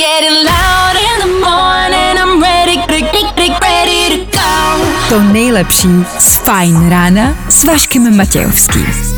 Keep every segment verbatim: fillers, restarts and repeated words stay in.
To nejlepší z Fajn rána s Vaškem Matějovským.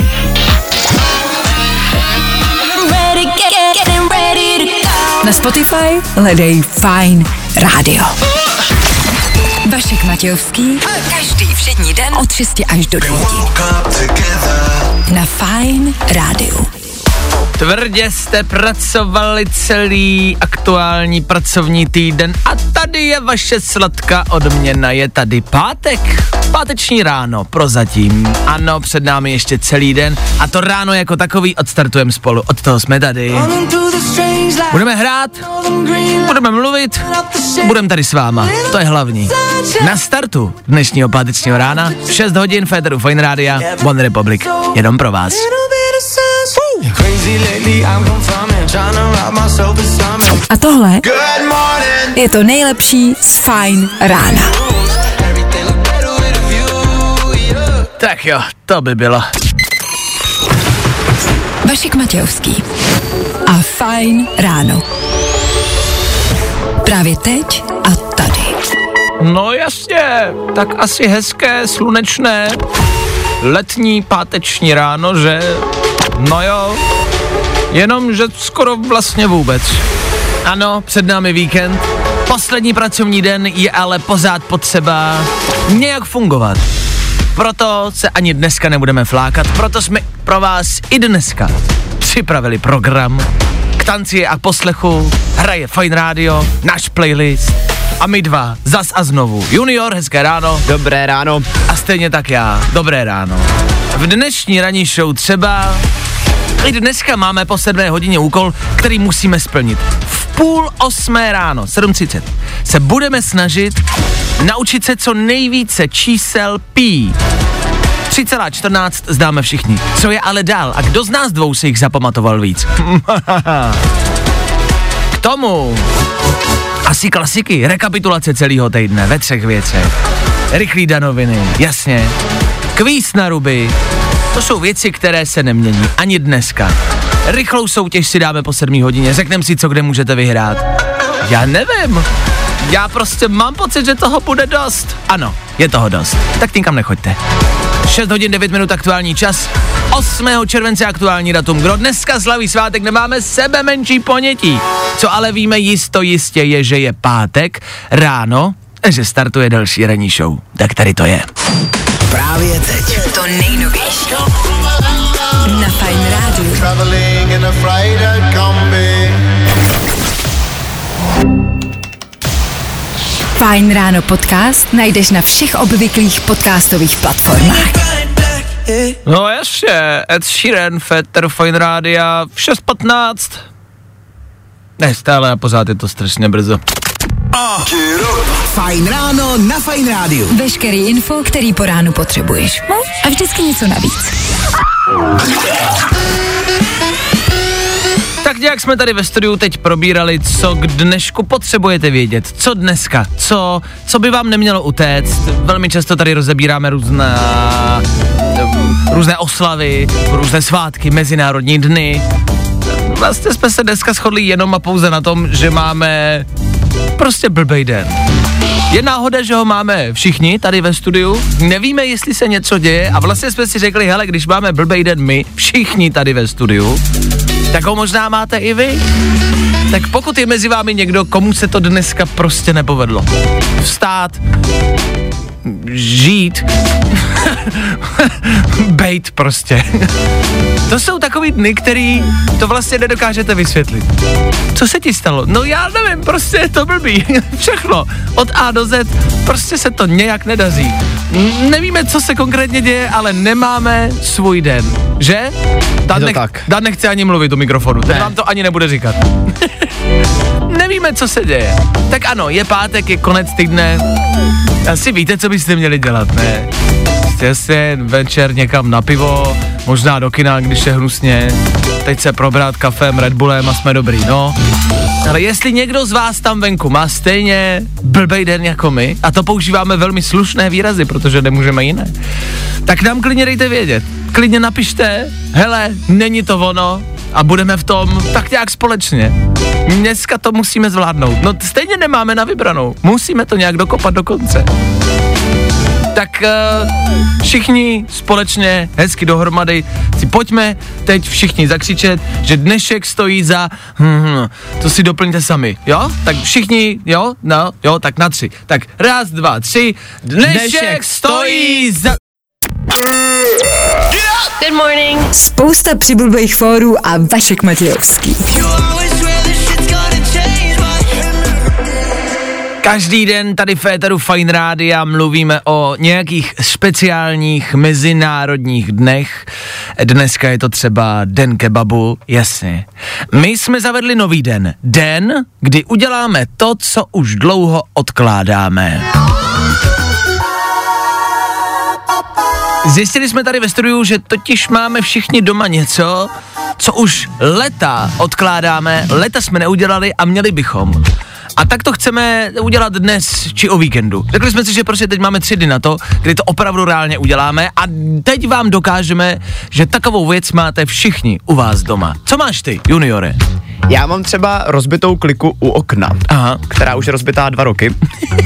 Na Spotify hledej Fajn rádio. Vašek Matějovský každý všední den od šesti až do devíti. Na Fajn rádiu. Tvrdě jste pracovali celý aktuální pracovní týden a tady je vaše sladká odměna, je tady pátek, páteční ráno, prozatím. Ano, před námi ještě celý den a to ráno jako takový odstartujeme spolu, od toho jsme tady. Budeme hrát, budeme mluvit, budeme tady s váma, to je hlavní. Na startu dnešního pátečního rána, šest hodin Féteru Fajn rádia, One Republic, jenom pro vás. A tohle je to nejlepší z Fajn rána. Tak jo, to by bylo. Vašek Matějovský a Fajn ráno. Právě teď a tady. No jasně, tak asi hezké, slunečné, letní páteční ráno, že? No jo, jenomže skoro vlastně vůbec. Ano, před námi víkend, poslední pracovní den je ale pořád potřeba nějak fungovat. Proto se ani dneska nebudeme flákat, proto jsme pro vás i dneska připravili program. K tanci a poslechu hraje Fajn rádio, náš playlist a my dva zas a znovu. Junior, hezké ráno. Dobré ráno. A stejně tak já, dobré ráno. V dnešní ranní show třeba i dneska máme po sedmé hodině úkol, který musíme splnit. V půl osmé ráno, sedm třicet, se budeme snažit naučit se co nejvíce čísel pí. tři celá čtrnáct známe všichni. Co je ale dál? A kdo z nás dvou si jich zapamatoval víc? K tomu asi klasiky, rekapitulace celého týdne ve třech věcech. Rychlý danoviny, jasně. Kvíz na ruby. To jsou věci, které se nemění ani dneska. Rychlou soutěž si dáme po sedmé hodině, řekneme si, co kde můžete vyhrát. Já nevím. Já prostě mám pocit, že toho bude dost. Ano, je toho dost. Tak nikam nechoďte. šest hodin devět minut aktuální čas. osmého července aktuální datum. Kdo dneska slaví svátek, nemáme sebe menší ponětí. Co ale víme jisto jistě je, že je pátek ráno, že startuje další ranní show. Tak tady to je. Právě teď. To nejnovější na Fajn rádiu. Fajn ráno podcast najdeš na všech obvyklých podcastových platformách. No ještě, Ed Sheeran, Féteru Fajn rádia v šest patnáct. Ne, stále a pořád je to strašně brzo. Oh. Fajn ráno na Fajn rádiu. Veškerý info, který po ránu potřebuješ. No? A vždycky něco navíc. Tak nějak jsme tady ve studiu teď probírali, co k dnešku potřebujete vědět. Co dneska, co, co by vám nemělo utéct. Velmi často tady rozebíráme různé, různé oslavy, různé svátky, mezinárodní dny. Vlastně jsme se dneska shodli jenom a pouze na tom, že máme prostě blbej den. Je náhoda, že ho máme všichni tady ve studiu, nevíme, jestli se něco děje a vlastně jsme si řekli, hele, když máme blbej den my, všichni tady ve studiu, tak ho možná máte i vy. Tak pokud je mezi vámi někdo, komu se to dneska prostě nepovedlo. Vstát, žít, bejt prostě. To jsou takový dny, který to vlastně nedokážete vysvětlit. Co se ti stalo? No já nevím, prostě je to blbý. Všechno, od A do Z, prostě se to nějak nedaří. Nevíme, co se konkrétně děje, ale nemáme svůj den, že? Dan, ne- Dan nechce ani mluvit do mikrofonu, ten ne. vám to ani nebude říkat. Nevíme, co se děje. Tak ano, je pátek, je konec týdne. Asi víte, co byste měli dělat, ne? Jste si večer někam na pivo, možná do kina, když je hnusně. Teď se probrat kafem, Red Bullem a jsme dobrý, no. Ale jestli někdo z vás tam venku má stejně blbej den jako my, a to používáme velmi slušné výrazy, protože nemůžeme jiné, tak nám klidně dejte vědět. Klidně napište, hele, není to ono, a budeme v tom tak nějak společně. Dneska to musíme zvládnout. No stejně nemáme na vybranou. Musíme to nějak dokopat do konce. Tak uh, všichni společně, hezky dohromady, si pojďme teď všichni zakřičet, že dnešek stojí za, hmm, to si doplňte sami, jo? Tak všichni, jo? No, jo, tak na tři. Tak raz, dva, tři, dnešek, dnešek stojí za... Good morning. Spousta přibulbých fórů a Vašek Matějovský. Každý den tady v éteru Fajn Rádia mluvíme o nějakých speciálních mezinárodních dnech. Dneska je to třeba den kebabu, jasně. My jsme zavedli nový den. Den, kdy uděláme to, co už dlouho odkládáme. Zjistili jsme tady ve studiu, že totiž máme všichni doma něco, co už leta odkládáme, leta jsme neudělali a měli bychom. A tak to chceme udělat dnes či o víkendu. Řekli jsme si, že prostě teď máme tři dny na to, kdy to opravdu reálně uděláme a teď vám dokážeme, že takovou věc máte všichni u vás doma. Co máš ty, juniore? Já mám třeba rozbitou kliku u okna, Aha. která už je rozbitá dva roky.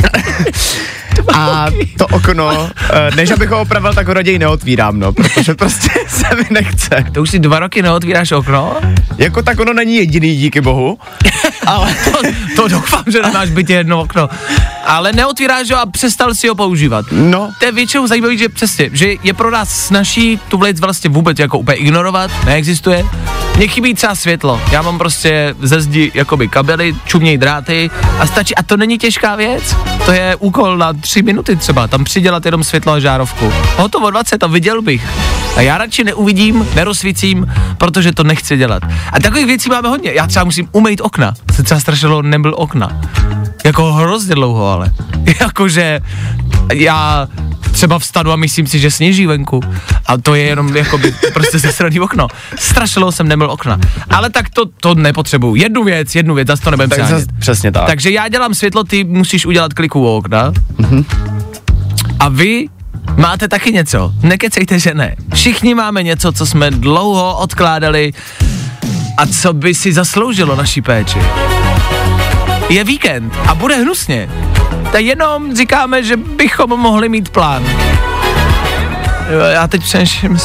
A to okno, než abych ho opravil, tak ho raději neotvírám, no, protože prostě se mi nechce. To už si dva roky neotvíráš okno? Jako tak ono není jediný, díky bohu. Ale to, to doufám, že nemáš bytě jedno okno. Ale neotvíráš ho a přestal si ho používat. No. To je většinou zajímavý, že přesně, že je pro nás snaží tu věc vlastně vůbec jako úplně ignorovat, neexistuje. Mně chybí třeba světlo. Já mám prostě ze zdi jakoby kabely, čuměj dráty a stačí. A to není těžká věc. To je úkol na tři minuty třeba, tam přidělat jenom světlo a žárovku. Hotovo dvacet a viděl bych. A já radši neuvidím, nerozsvícím, protože to nechci dělat. A takových věcí máme hodně. Já třeba musím umýt okna. Se třeba strašně dlouho nebyl okna. Jako hrozně dlouho, ale. Jakože já třeba vstanu a myslím si, že sněží venku. A to je jenom jakoby prostě zesraný okno. Strašně dlouho jsem nebyl okna. Ale tak to, to nepotřebuju. Jednu věc, jednu věc, zase to nebudem přánět. Přesně tak. Takže já dělám světlo, ty musíš udělat kliku u okna. Mhm. A vy máte taky něco. Nekecejte, že ne. Všichni máme něco, co jsme dlouho odkládali a co by si zasloužilo naší péči. Je víkend a bude hnusně. Tak jenom říkáme, že bychom mohli mít plán. Jo, já teď přemýšlím,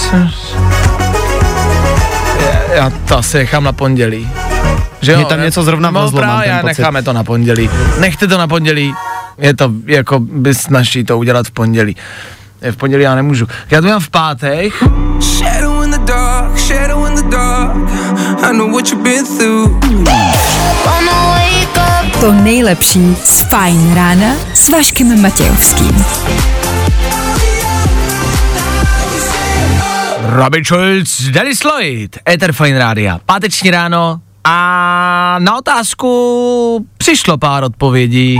já to asi nechám na pondělí. Že jo, je tam ne? Něco zrovna vlezlo, no, mám ten pocit. Necháme to na pondělí. Nechte to na pondělí. Je to jako by snaží to udělat v pondělí. V pondělí já nemůžu. Já to mám v pátek. To nejlepší z Fajn rána s Vaškem Matějovským. Robin Schulz, Dennis Lloyd, Éter Fajn rádia. Páteční ráno a na otázku přišlo pár odpovědí.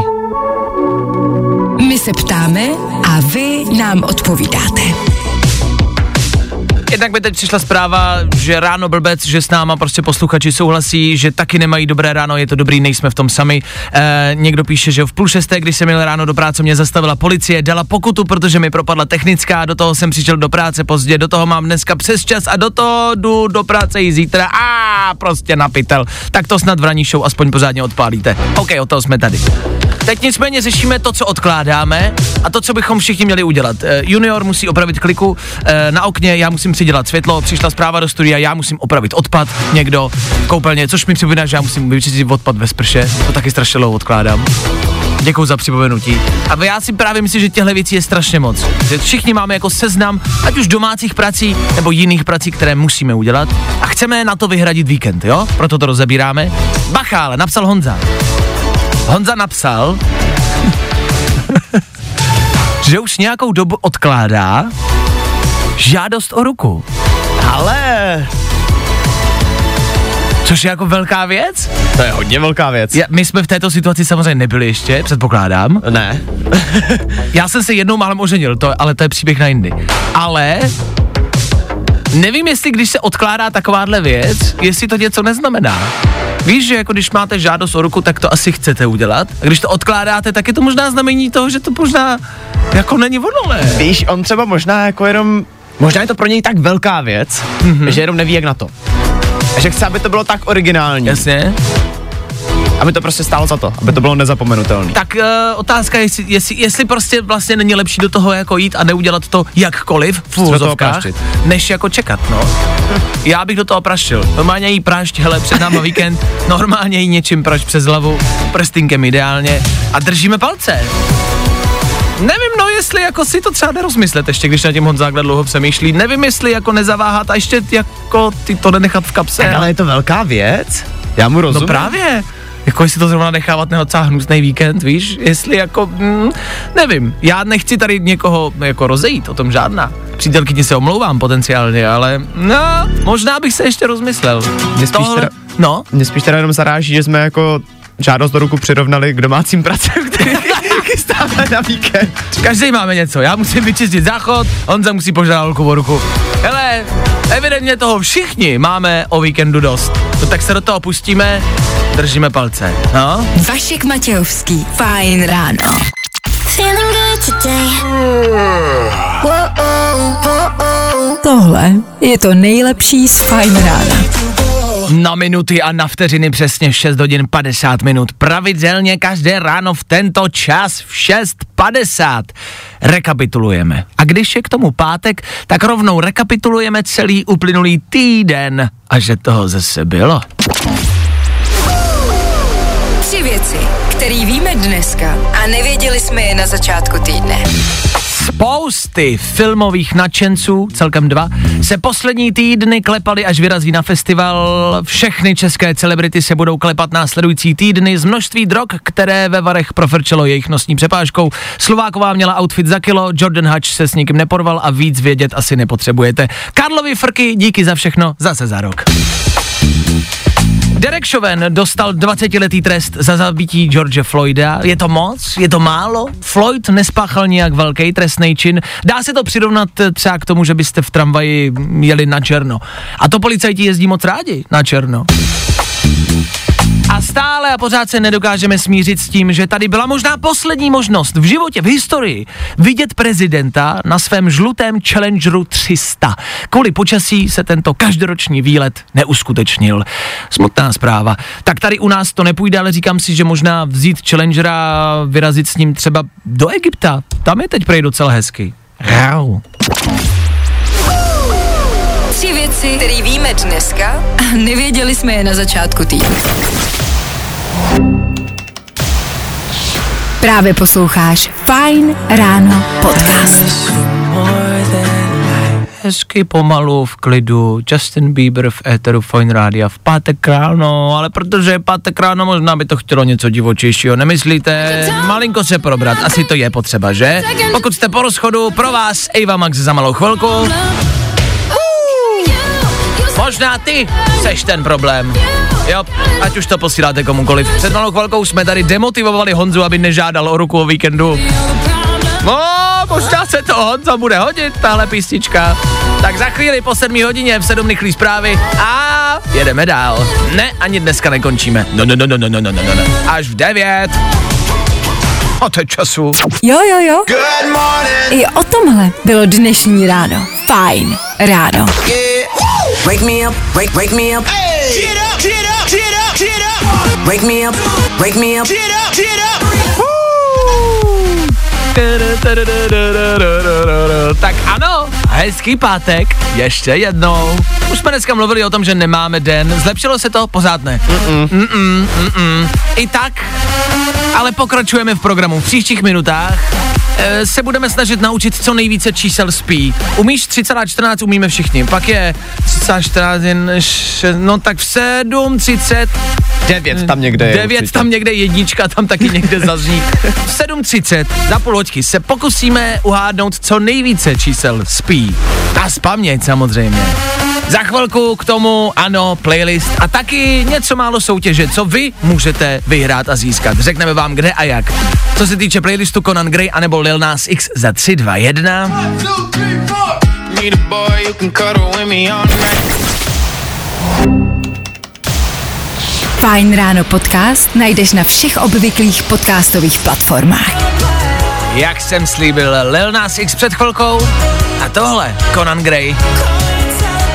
My se ptáme a vy nám odpovídáte. Jednak by teď přišla zpráva, že ráno blbec, že s náma prostě posluchači souhlasí, že taky nemají dobré ráno, je to dobrý, nejsme v tom sami. E, někdo píše, že v půl šesté, když jsem měl ráno do práce, mě zastavila policie, dala pokutu, protože mi propadla technická, do toho jsem přišel do práce pozdě, do toho mám dneska přes čas a do toho jdu do práce i zítra a prostě na pytel. Tak to snad v ranní show aspoň pořádně odpálíte. OK, od toho jsme tady. Teď nicméně řešíme to, co odkládáme a to, co bychom všichni měli udělat. E, junior musí opravit kliku e, na okně, já musím přidělat světlo, přišla zpráva do studia, já musím opravit odpad, někdo v koupelně, což mi připomíná, že já musím vyčistit odpad ve sprše, to taky strašně dlouho odkládám. Děkuju za připomenutí. A já si právě myslím, že těchto věcí je strašně moc. Že všichni máme jako seznam, ať už domácích prací nebo jiných prací, které musíme udělat a chceme na to vyhradit víkend, jo? Proto to rozebíráme. Bacha, ale napsal Honza. Honza napsal, že už nějakou dobu odkládá žádost o ruku. Ale... Což je jako velká věc? To je hodně velká věc. Ja, my jsme v této situaci samozřejmě nebyli ještě, předpokládám. Ne. Já jsem se jednou málem oženil, to, ale to je příběh na jindy. Ale... nevím, jestli když se odkládá takováhle věc, jestli to něco neznamená. Víš, že jako když máte žádost o ruku, tak to asi chcete udělat. A když to odkládáte, tak je to možná znamení toho, že to možná jako není ono, ne? Víš, on třeba možná jako jenom, možná je to pro něj tak velká věc, mm-hmm. že jenom neví, jak na to. A že chce, aby to bylo tak originální. Jasně. Aby to prostě stálo za to, aby to bylo nezapomenutelné. Tak uh, otázka je, jestli, jestli, jestli prostě vlastně není lepší do toho jako jít a neudělat to jakkoliv v úvozovkách, než jako čekat, no. Já bych do toho praštil. Normálně jí prašť, hele, před náma víkend, normálně jí něčím prašť přes hlavu, prstinkem ideálně a držíme palce. Nevím, no, jestli jako si to třeba nerozmyslet ještě, když na tím Honza takhle dlouho přemýšlí. Nevím, jestli jako nezaváhat a ještě jako ty to nenechat v kapse. Tak, ale je to velká věc. Já mu rozumím. No právě. Jako jestli to zrovna nechávat na docela hnusnej víkend, víš, jestli jako, mm, nevím, já nechci tady někoho jako rozejít, o tom žádná. Přítelkyni se omlouvám potenciálně, ale no, možná bych se ještě rozmyslel. Mě spíš, Tohle, teda, no? mě spíš teda jenom zaráží, že jsme jako žádost do ruku přirovnali k domácím pracem, který chystáme na víkend. Každý máme něco, já musím vyčistit záchod, Honza musí požádat holku o ruku. Hele, evidentně toho všichni máme o víkendu dost. No tak se do toho pustíme, držíme palce, no? Vašek Matějovský, Fajn ráno. Tohle je to nejlepší z Fajn rána. Na minuty a na vteřiny přesně v šest hodin padesát minut. Pravidelně každé ráno v tento čas v šest padesát. Rekapitulujeme. A když je k tomu pátek, tak rovnou rekapitulujeme celý uplynulý týden. A že toho zase bylo. Tři věci, které víme dneska a nevěděli jsme je na začátku týdne. Spousty filmových nadšenců, celkem dva, se poslední týdny klepali, až vyrazí na festival. Všechny české celebrity se budou klepat následující týdny z množství drog, které ve Varech profrčelo jejich nosní přepážkou. Slováková měla outfit za kilo, Jordan Hutch se s nikým neporval a víc vědět asi nepotřebujete. Karlovy frky, díky za všechno, zase za rok. Derek Chauvin dostal dvacetiletý trest za zabití George Floyda. Je to moc? Je to málo? Floyd nespáchal nijak velký trestný čin. Dá se to přirovnat třeba k tomu, že byste v tramvaji jeli na černo. A to policajti jezdí moc rádi na černo. A stále a pořád se nedokážeme smířit s tím, že tady byla možná poslední možnost v životě, v historii, vidět prezidenta na svém žlutém Challengeru tři sta. Kvůli počasí se tento každoroční výlet neuskutečnil. Smutná zpráva. Tak tady u nás to nepůjde, ale říkám si, že možná vzít Challengera a vyrazit s ním třeba do Egypta. Tam je teď prej docela hezky. Rau. Tři věci, které víme dneska a nevěděli jsme je na začátku týdne. Právě posloucháš Fajn ráno podcast. Hezky pomalu, v klidu, Justin Bieber v éteru Fajn rádia v pátek ráno, ale protože je pátek ráno, možná by to chtělo něco divočejšího, nemyslíte? Malinko se probrat, asi to je potřeba, že? Pokud jste po rozchodu, pro vás Ava Max za malou chvilku. Možná ty seš ten problém. Jo, ať už to posíláte komukoliv. Před malou chvilkou jsme tady demotivovali Honzu, aby nežádal o ruku o víkendu. No, možná se to Honza bude hodit, tahle písnička. Tak za chvíli po sedmí hodině v sedm rychlý zprávy a jedeme dál. Ne, ani dneska nekončíme. No, no, no, no, no, no, no, no, no. Až v devět. O to času. Jo, jo, jo. Good morning. I o tomhle bylo dnešní ráno. Fajn ráno. Yeah. Wake me up, wake, wake me up. Hey. Get up, get up, get up, get up. Wake me up, wake me up. Get up, get up. Tak ano, hezký pátek, ještě jednou. Už jsme dneska mluvili o tom, že nemáme den, zlepšilo se to? Pořád ne. Mm-mm. Mm-mm, mm-mm. I tak, ale pokračujeme v programu. V příštích minutách e, se budeme snažit naučit co nejvíce čísel spí. Umíš tři celá čtrnáct, umíme všichni. Pak je tři celá čtrnáct, no tak v sedm třicet. devět tam někde je. devět tam někde, jednička tam taky někde zazní. V sedm třicet za půl hoďky se pokusíme uhádnout co nejvíce čísel spí. A spaměť samozřejmě. Za chvilku k tomu, ano, playlist a taky něco málo soutěže, co vy můžete vyhrát a získat. Řekneme vám kde a jak. Co se týče playlistu Conan Gray anebo Lil Nas X za tři, dva, jedna. Fajn ráno podcast najdeš na všech obvyklých podcastových platformách. Jak jsem slíbil, Lil Nas X před chvilkou a tohle Conan Gray.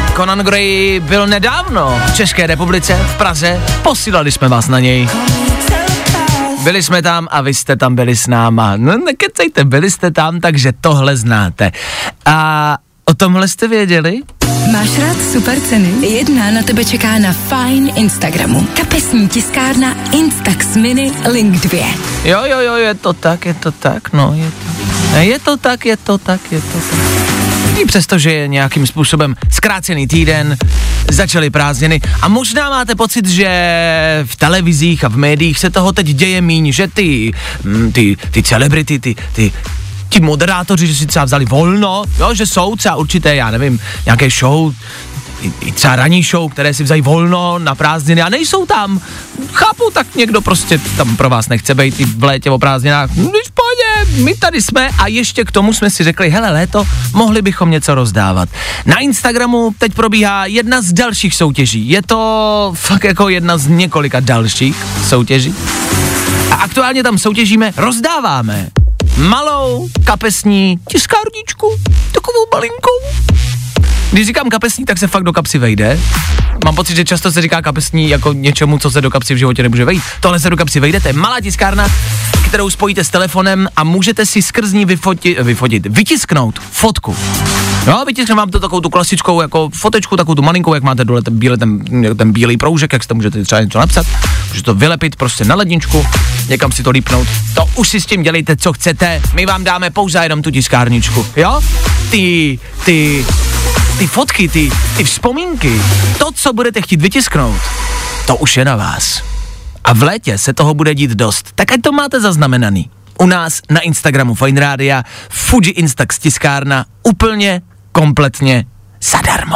Conan Gray byl nedávno v České republice, v Praze, posílali jsme vás na něj. Byli jsme tam a vy jste tam byli s náma. No nekecejte, byli jste tam, takže tohle znáte. A o tomhle jste věděli? Máš rád super ceny? Jedna na tebe čeká na Fine Instagramu. Kapesní tiskárna Instax Mini Link dva. Jo, jo, jo, je to tak, je to tak, no, je to, je to tak, je to tak, je to tak. I přesto, že je nějakým způsobem zkrácený týden, začaly prázdniny a možná máte pocit, že v televizích a v médiích se toho teď děje míň, že ty, ty, ty celebrity, ty, ty, ti moderátoři, že si třeba vzali volno, jo, že jsou třeba určité, já nevím, nějaké show, i, i třeba ranní show, které si vzají volno na prázdniny a nejsou tam. Chápu, tak někdo prostě tam pro vás nechce být i v létě o prázdninách. Když pojďme, my tady jsme a ještě k tomu jsme si řekli, hele léto, mohli bychom něco rozdávat. Na Instagramu teď probíhá jedna z dalších soutěží. Je to fakt jako jedna z několika dalších soutěží. A aktuálně tam soutěžíme, rozdáváme malou kapesní tiskárničku, takovou malinkou. Když říkám kapesní, tak se fakt do kapsy vejde. Mám pocit, že často se říká kapesní jako něčemu, co se do kapsy v životě nemůže vejít. Tohle se do kapsy vejde, to je malá tiskárna, kterou spojíte s telefonem a můžete si skrz ní vyfotit, vyfotit, vytisknout fotku. Jo, vytisknu vám to takovou tu klasickou jako fotečku, takovou tu malinkou, jak máte dole ten bílý, ten, ten bílý proužek, jak si tam můžete třeba něco napsat. Můžete to vylepit prostě na ledničku, někam si to lípnout. To už si s tím dělejte, co chcete. My vám dáme pouze jenom tu tiskárničku, jo? Ty, ty, ty fotky, ty, ty vzpomínky, to, co budete chtít vytisknout, to už je na vás. A v létě se toho bude dít dost, tak ať to máte zaznamenaný. U nás na Instagramu Fine Rádia, Fuji Instax tiskárna, úplně, kompletně, zadarmo.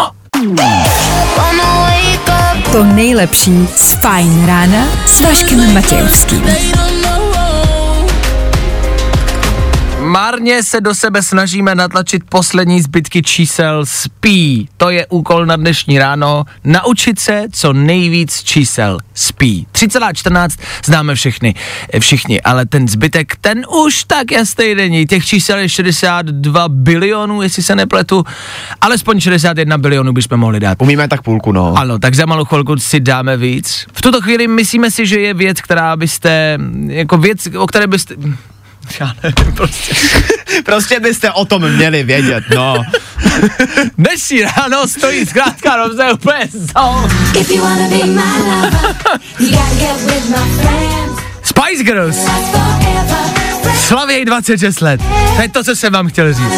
To nejlepší z Fajn rána s Vaškem Matějovským. Marně se do sebe snažíme natlačit poslední zbytky čísel z pí. To je úkol na dnešní ráno. Naučit se co nejvíc čísel z pí. tři celá čtrnáct známe všechny, všichni, ale ten zbytek, ten už tak jasný není. Těch čísel je šedesát dva bilionů, jestli se nepletu. Alespoň šedesát jedna bilionů bychom mohli dát. Umíme tak půlku, no. Ano, tak za malou chvilku si dáme víc. V tuto chvíli myslíme si, že je věc, která byste, jako věc, o které byste... Já nevím, prostě. Prostě byste o tom měli vědět, no. Dnešní ráno stojí zkrátka dobře úplně zo. Spice Girls slavěj dvacet šest let. To je to, co jsem vám chtěl říct.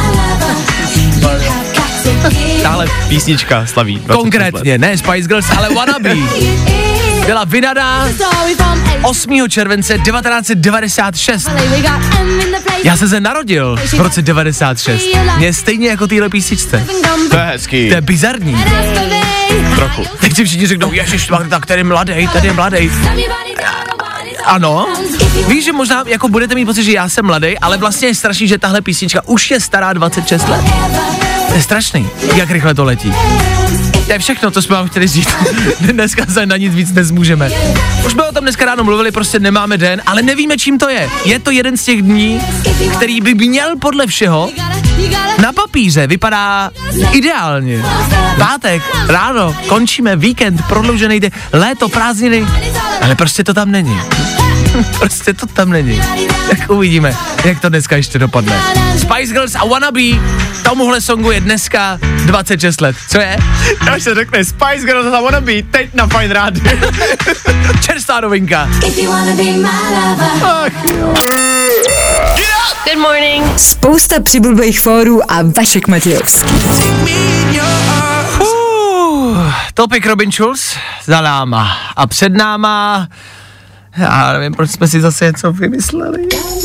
Tahle písnička slaví dvacet šest konkrétně, let. ne Spice Girls, ale Wannabe. Byla vydaná osmého července devatenáct set devadesát šest. Já jsem se narodil v roce devadesát šest. Mě stejně jako týhle písničce. To je hezký. To je bizarní. Trochu. Teď si všichni řeknou, ježiš, tak tady je mladej, tady je mladej. Ano, víš, že možná jako budete mít pocit, že já jsem mladej, ale vlastně je strašný, že tahle písnička už je stará dvacet šest let. To je strašný, jak rychle to letí. To je všechno, co jsme vám chtěli říct. Dneska se na nic víc nezmůžeme. Už jsme o tom dneska ráno mluvili, prostě nemáme den, ale nevíme, čím to je. Je to jeden z těch dní, který by měl podle všeho na papíře vypadá ideálně. Pátek, ráno, končíme, víkend, prodloužený den, léto, prázdniny, ale prostě to tam není. Prostě to tam není. Tak uvidíme, jak to dneska ještě dopadne. Spice Girls a Wannabe, tomuhle songu je dneska dvacet šest let. Co je? Až se řekne Spice Girls a Wannabe, teď na Fine Rádiu. Čerstvá novinka. Good morning. Spousta přibulbých fórů a Vašek Matějovský. Uh, Topik Robin Schulz za náma. A před náma... Já nevím, proč jsme si zase něco vymysleli.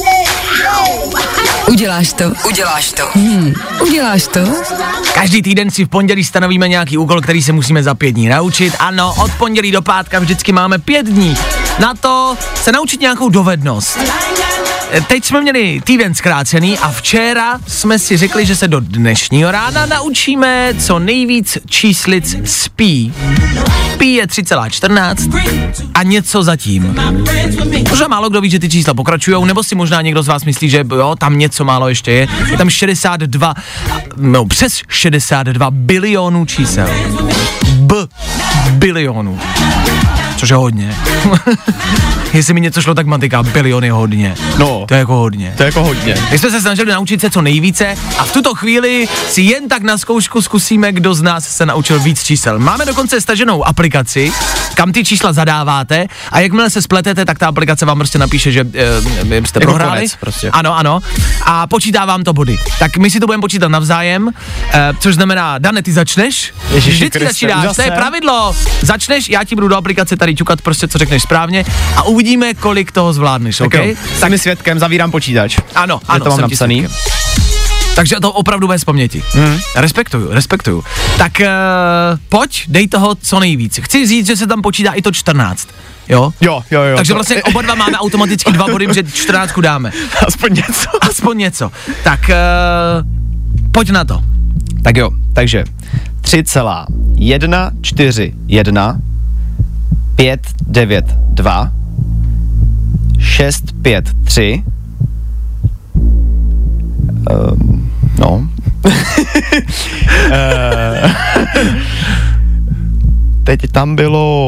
Uděláš to? Uděláš to? Hmm. Uděláš to? Každý týden si v pondělí stanovíme nějaký úkol, který se musíme za pět dní naučit. Ano, od pondělí do pátka vždycky máme pět dní na to se naučit nějakou dovednost. teď jsme měli týden zkrácený a včera jsme si řekli, že se do dnešního rána naučíme co nejvíc číslic z pí. Pí je tři celá čtrnáct a něco zatím. Možná málo kdo ví, že ty čísla pokračujou, nebo si možná někdo z vás myslí, že jo, tam něco málo ještě je. Je tam šedesát dva, no přes šedesát dva bilionů čísel. B bilionů. Což je hodně. Jestli mi něco šlo, tak matika, bilion je hodně. No. To je jako hodně. To je jako hodně. My jsme se snažili naučit se co nejvíce a v tuto chvíli si jen tak na zkoušku zkusíme, kdo z nás se naučil víc čísel. Máme dokonce staženou aplikaci, kam ty čísla zadáváte a jakmile se spletete, tak ta aplikace vám prostě napíše, že e, jste jako prohráli. Konec, prostě. Ano, ano. A počítá vám to body. Tak my si to budeme počítat navzájem, e, což znamená, Dane, ty začneš? Ježiši Vždycky Kriste, začínáš, zase? to je pravidlo. Začneš, já ti budu do aplikace tady ťukat prostě, co řekneš správně a uvidíme, kolik toho zvládneš, Tak OK? jo, tak mi svědkem, zavírám počítač. Ano, Že ano, to mám jsem napsaný. ti svědkem. Takže to opravdu bez paměti. Mm. Respektuju, respektuju. Tak uh, pojď, dej toho co nejvíc. Chci říct, že se tam počítá i to čtrnáct. Jo? Jo, jo, jo. Takže to- vlastně oba dva máme automaticky dva body, že čtrnáct dáme. Aspoň něco. Aspoň něco. Tak uh, pojď na to. Tak jo, takže tři celá jedna čtyři jedna pět devět dva šest pět tři um, no Eh, teď tam bylo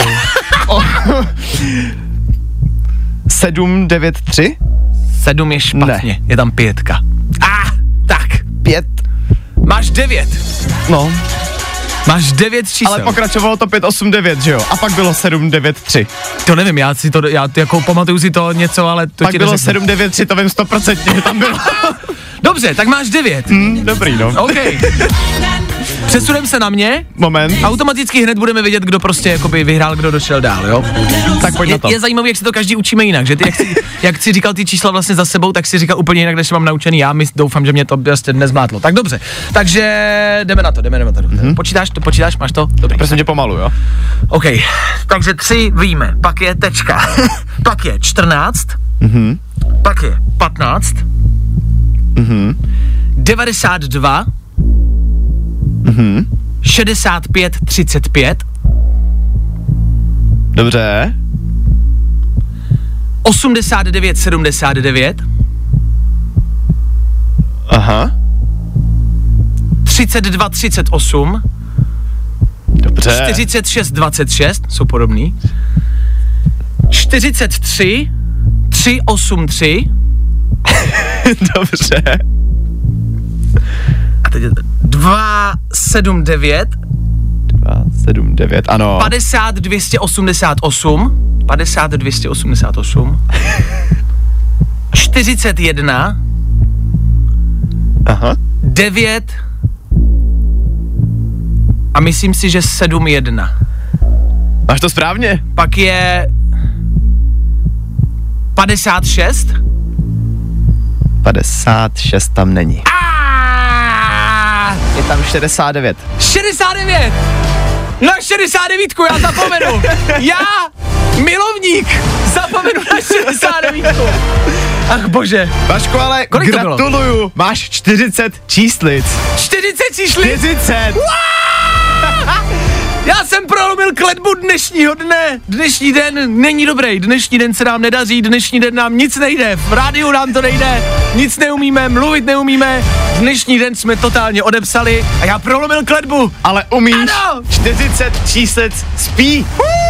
sedm devět tři Sedm je špatně, Ne. je tam pětka. Ah, tak, pět, máš devět. no, Máš devět čísel. ale pokračovalo to pět osm devět, že jo? A pak bylo sedm devět tři. To nevím, já si to, já jako pamatuju si to něco, ale to Pak ti bylo neřeknu. sedm devět tři, to vím stoprocentně, že tam bylo. Dobře, tak máš devět. Mm, dobrý, no. OK. Přesunem se na mě. Moment. Automaticky hned budeme vědět, kdo prostě jakoby vyhrál, kdo došel dál, jo? Tak pojď na Je, to. je zajímavé, jak si to každý učíme jinak, že ty, jak si, jak si říkal ty čísla vlastně za sebou, tak si říkal úplně jinak, než mám naučený já, my doufám, že mě to prostě nezmátlo. Tak dobře, takže jdeme na to, jdeme na to. Mm-hmm. Počítáš to, počítáš, máš to? Dobrý. Prosím tě pomalu, jo? OK, takže tři víme, pak je tečka, pak je čtrnáct, Mhm. pak je patnáct, Mhm. devadesát dva, Mhm. šedesát pět, třicet pět, Dobře. osmdesát devět, sedmdesát devět, Aha. třicet dva, třicet osm, Dobře. čtyřicet šest, dvacet šest, jsou podobný, čtyřicet tři, tři osm tři, Dobře. a teď je to dva sedm devět, dva, sedm, devět, ano. padesát dvě stě osmdesát osm, padesát dvě stě osmdesát osm, čtyřicet jedna, Aha. devět a myslím si, že sedm jedna. Máš to správně? Pak je padesát šest. padesát šest tam není. A Je tam šedesát devět. šedesát devět. Na šedesát devět já zapomenu. Já, milovník, zapomenu na šedesát devět. Ach bože. Vašku, ale Kolik to bylo? gratuluju. Máš čtyřicet číslic. čtyřicet číslic. čtyřicet. Já jsem prolomil kletbu dnešního dne. Dnešní den není dobrý, dnešní den se nám nedaří, dnešní den nám nic nejde, v rádiu nám to nejde, nic neumíme, mluvit neumíme, dnešní den jsme totálně odepsali a já prolomil kletbu. Ale umíš Ano. čtyřicet číslic spí.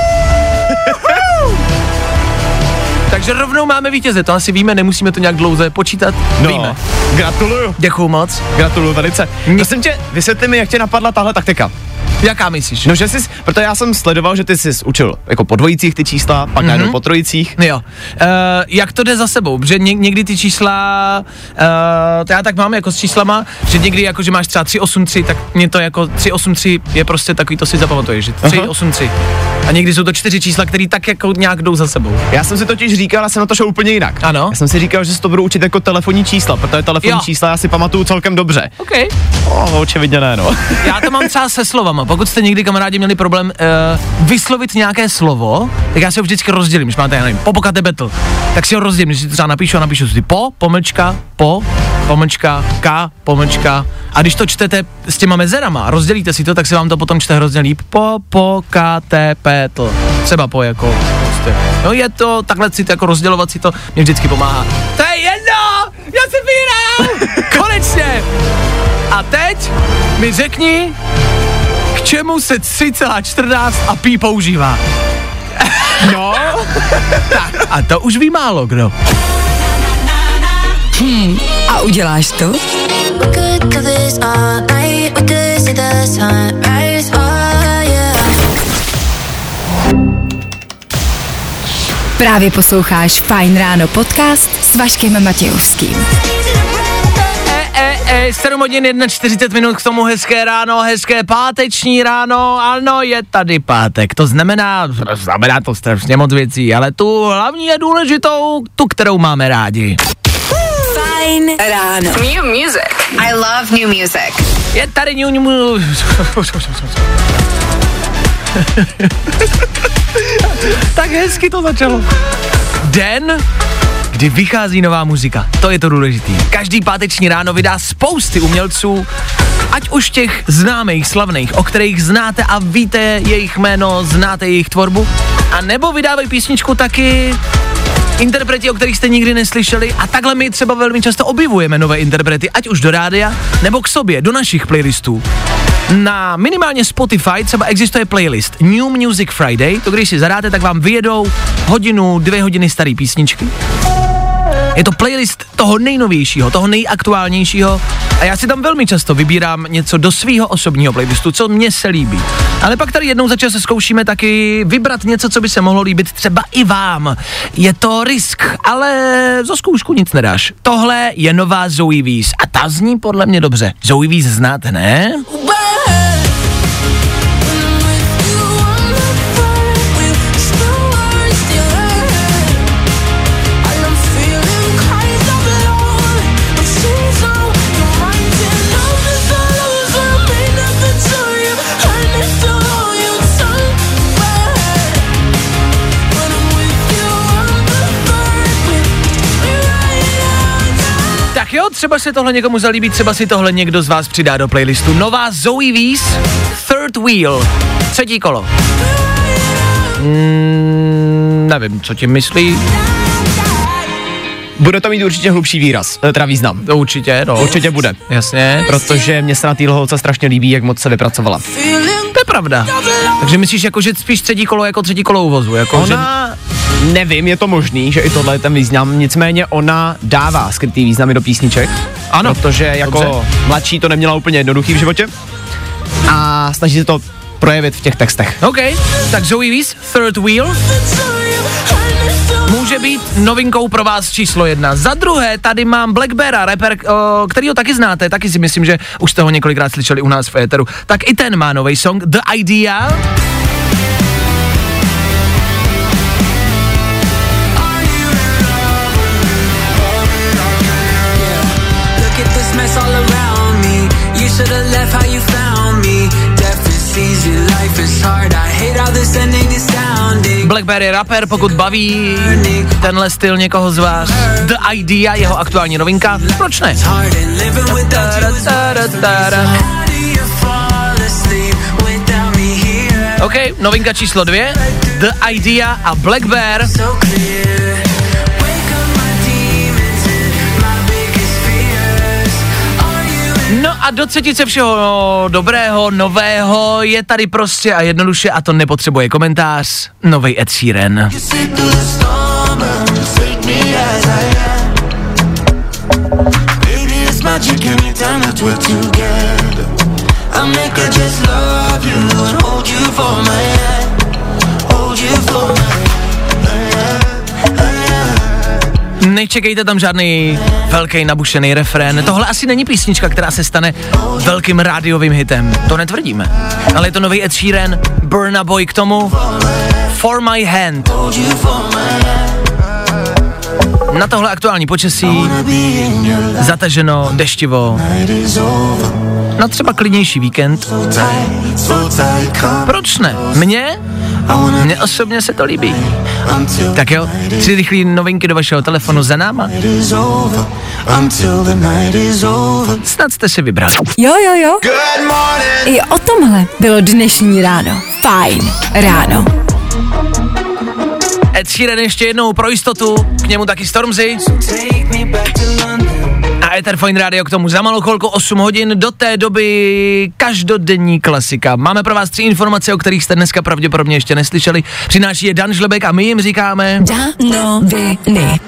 Takže rovnou máme vítěze, to asi víme, nemusíme to nějak dlouze počítat, No, víme. gratuluju. Děkuju moc. Gratuluju velice. Prosím tě, vysvětli mi, jak tě napadla tahle taktika. Jaká myslíš? No, že jsi, protože já jsem sledoval, že ty jsi učil jako po dvojicích ty čísla, pak mm-hmm. najednou po trojicích. Jo, uh, jak to jde za sebou, že ně, někdy ty čísla, uh, to já tak mám jako s číslama, že někdy jako, že máš třeba tři osm tři, tak mě to jako tři osm tři je prostě takový, to si zapamatuješ, že tři osm tři. A někdy jsou to čtyři čísla, které tak jako nějak jdou za sebou. Já jsem si totiž říkal, já jsem na to šel úplně jinak. Ano. Já jsem si říkal, že si to budu učit jako telefonní čísla, protože telefonní Jo. čísla já si pamatuju celkem dobře. OK. O, očividně ne, no. Já to mám třeba se slovama. Pokud jste někdy kamarádi měli problém uh, vyslovit nějaké slovo, tak já si ho vždycky rozdělím, když máte, já nevím, popokate battle, tak si ho rozdělím, když si to třeba napíšu a napíšu si po, pomlčka, po, pomlčka, k, pomlčka. A když to čtete s těma mezerama a rozdělíte si to, tak se vám to potom čte hrozně líp. Po, po, k, t, p, t. Třeba po jako, prostě. No je to, takhle si to jako rozdělovat si to, mě vždycky pomáhá. To je jedno, já si vyhrál, konečně. A teď mi řekni, k čemu se tři celá čtrnáct a pí používá. No. Tak, a to už ví málo kdo. Hmm, a uděláš to? Právě posloucháš Fajn ráno podcast s Vaškem Matějovským. E, e, sedm hodin čtyřicet minut k tomu hezké ráno, hezké páteční ráno, ano, je tady pátek, to znamená, znamená to strašně moc věcí, ale tu hlavní je důležitou, tu, kterou máme rádi. Fajn ráno. New music. I love new music. Je tady new, new, tak hezky to začalo. Den, kdy vychází nová muzika, to je to důležitý. Každý páteční ráno vydá spousty umělců, ať už těch známých, slavných, o kterých znáte a víte jejich jméno, znáte jejich tvorbu, a nebo vydávají písničku taky interpreti, o kterých jste nikdy neslyšeli, a takhle my třeba velmi často objevujeme nové interprety, ať už do rádia, nebo k sobě, do našich playlistů. Na minimálně Spotify třeba existuje playlist New Music Friday, to když si zadáte, tak vám vyjedou hodinu, dvě hodiny staré písničky. Je to playlist toho nejnovějšího, toho nejaktuálnějšího a já si tam velmi často vybírám něco do svýho osobního playlistu, co mně se líbí. Ale pak tady jednou za čas se zkoušíme taky vybrat něco, co by se mohlo líbit třeba i vám. Je to risk, ale za zkoušku nic nedáš. Tohle je nová Zoe Wees a ta zní podle mě dobře. Zoe Wees znáte, ne? Tak jo, třeba se tohle někomu zalíbí, třeba si tohle někdo z vás přidá do playlistu. Nová Zoe Wees, Third Wheel, třetí kolo. Mm, nevím, co tím myslí. Bude to mít určitě hlubší výraz, teda význam. To určitě, no. Určitě bude. Jasně. Protože mě se na téhle holce strašně líbí, jak moc se vypracovala. To je pravda. Takže myslíš, jako, že spíš třetí kolo jako třetí kolo uvozu? Jako, Ona, že... nevím, je to možný, že i tohle je ten význam, nicméně ona dává skrytý významy do písniček. Ano. Protože jako Dobře. mladší to neměla úplně jednoduchý v životě a snaží se to projevit v těch textech. OK, tak Zoe Wees, Third Wheel, může být novinkou pro vás číslo jedna. Za druhé, tady mám Black Beara, rapper, o, kterýho taky znáte, taky si myslím, že už jste ho několikrát slyšeli u nás v éteru. Tak i ten má nový song, The Idea. Black Bear je rapper, pokud baví tenhle styl někoho z vás. The Idea, jeho aktuální novinka, proč ne? OK, novinka číslo dvě, The Idea a Black Bear. No a do třetice všeho dobrého, nového je tady prostě a jednoduše, a to nepotřebuje komentář, novej Ed Sheeran. nečekejte tam žádný velký nabušený refrén. Tohle asi není písnička, která se stane velkým rádiovým hitem. To netvrdíme. Ale je to nový Ed Sheeran, Burna Boy k tomu For My Hand. Na tohle aktuální počasí, zataženo, deštivo, no třeba klidnější víkend. Proč ne? Mně? Mně osobně se to líbí. Tak jo, tři rychlé novinky do vašeho telefonu za náma. Snad jste si vybrali. Jo, jo, jo. I o tomhle bylo dnešní ráno. Fajn ráno. Ed Sheeran ještě jednou pro jistotu, k němu taky Stormzy. A Ether Fine Radio k tomu za malou chvilku osm hodin, do té doby každodenní klasika. Máme pro vás tři informace, o kterých jste dneska pravděpodobně ještě neslyšeli. Přináší je Dan Žlebek a my jim říkáme Danoviny.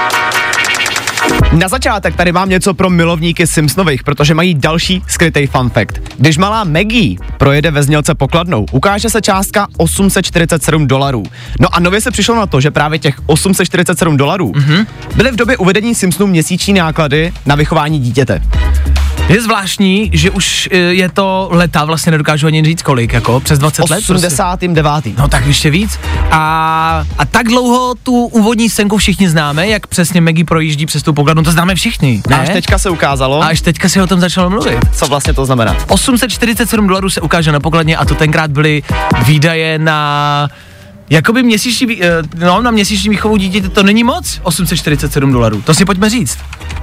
Na začátek tady mám něco pro milovníky Simpsonových, protože mají další skrytý fun fact. Když malá Maggie projede ve znělce pokladnou, ukáže se částka osm set čtyřicet sedm dolarů. No a nově se přišlo na to, že právě těch osm set čtyřicet sedm dolarů mm-hmm. byly v době uvedení Simpsonů měsíční náklady na vychování dítěte. Je zvláštní, že už je to leta, vlastně nedokážu ani říct kolik, jako přes dvacet let. osmdesát devát. No tak ještě víc. A, a tak dlouho tu úvodní scénku všichni známe, jak přesně Maggie projíždí přes tu pokladnu, to známe všichni, ne? A až teďka se ukázalo. A až teďka se o tom začalo mluvit. Co vlastně to znamená? osm set čtyřicet sedm dolarů se ukáže na pokladně a to tenkrát byly výdaje na... Jakoby měsíční, no na měsíční výchovu dítěte to není moc, osm set čtyřicet sedm dolarů, to si pojďme říct.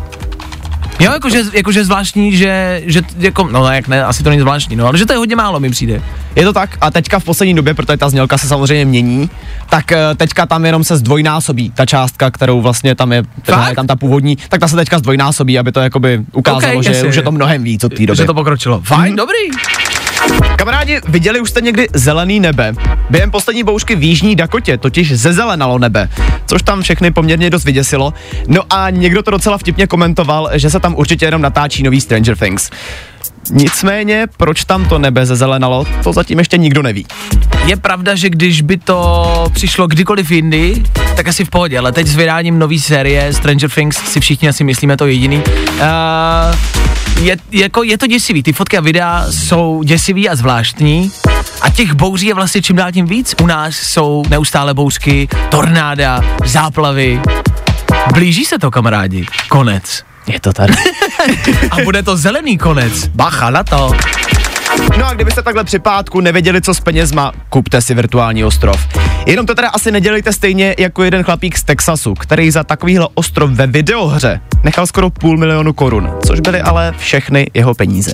Jo, jakože, jakože zvláštní, že, že jako, no jak ne, asi to není zvláštní, no, ale že to je hodně málo, mi přijde. Je to tak a teďka v poslední době, protože ta znělka se samozřejmě mění, tak teďka tam jenom se zdvojnásobí ta částka, kterou vlastně tam je, je tam ta původní, tak ta se teďka zdvojnásobí, aby to jakoby ukázalo, okay, že už je to mnohem víc od té doby. Že to pokročilo. Fajn, mm. dobrý. Kamarádi, viděli už jste někdy zelený nebe? Během poslední bouřky v Jižní Dakotě totiž zezelenalo nebe, což tam všechny poměrně dost vyděsilo. No a někdo to docela vtipně komentoval, že se tam určitě jenom natáčí nový Stranger Things. Nicméně, proč tam to nebe zezelenalo, to zatím ještě nikdo neví. Je pravda, že když by to přišlo kdykoliv jindy, tak asi v pohodě, ale teď s vydáním nový série Stranger Things si všichni asi myslíme to jediný. Uh, je, jako, je to děsivý, ty fotky a videa jsou děsivý a zvláštní a těch bouří je vlastně čím dál tím víc. U nás jsou neustále bouřky, tornáda, záplavy. Blíží se to, kamarádi, konec. Je to tady. A bude to zelený konec, bacha na to. No a kdybyste takhle při pátku nevěděli, co s penězma, kupte si virtuální ostrov. Jenom to teda asi nedělejte stejně jako jeden chlapík z Texasu, který za takovýhle ostrov ve videohře nechal skoro půl milionu korun, což byly ale všechny jeho peníze.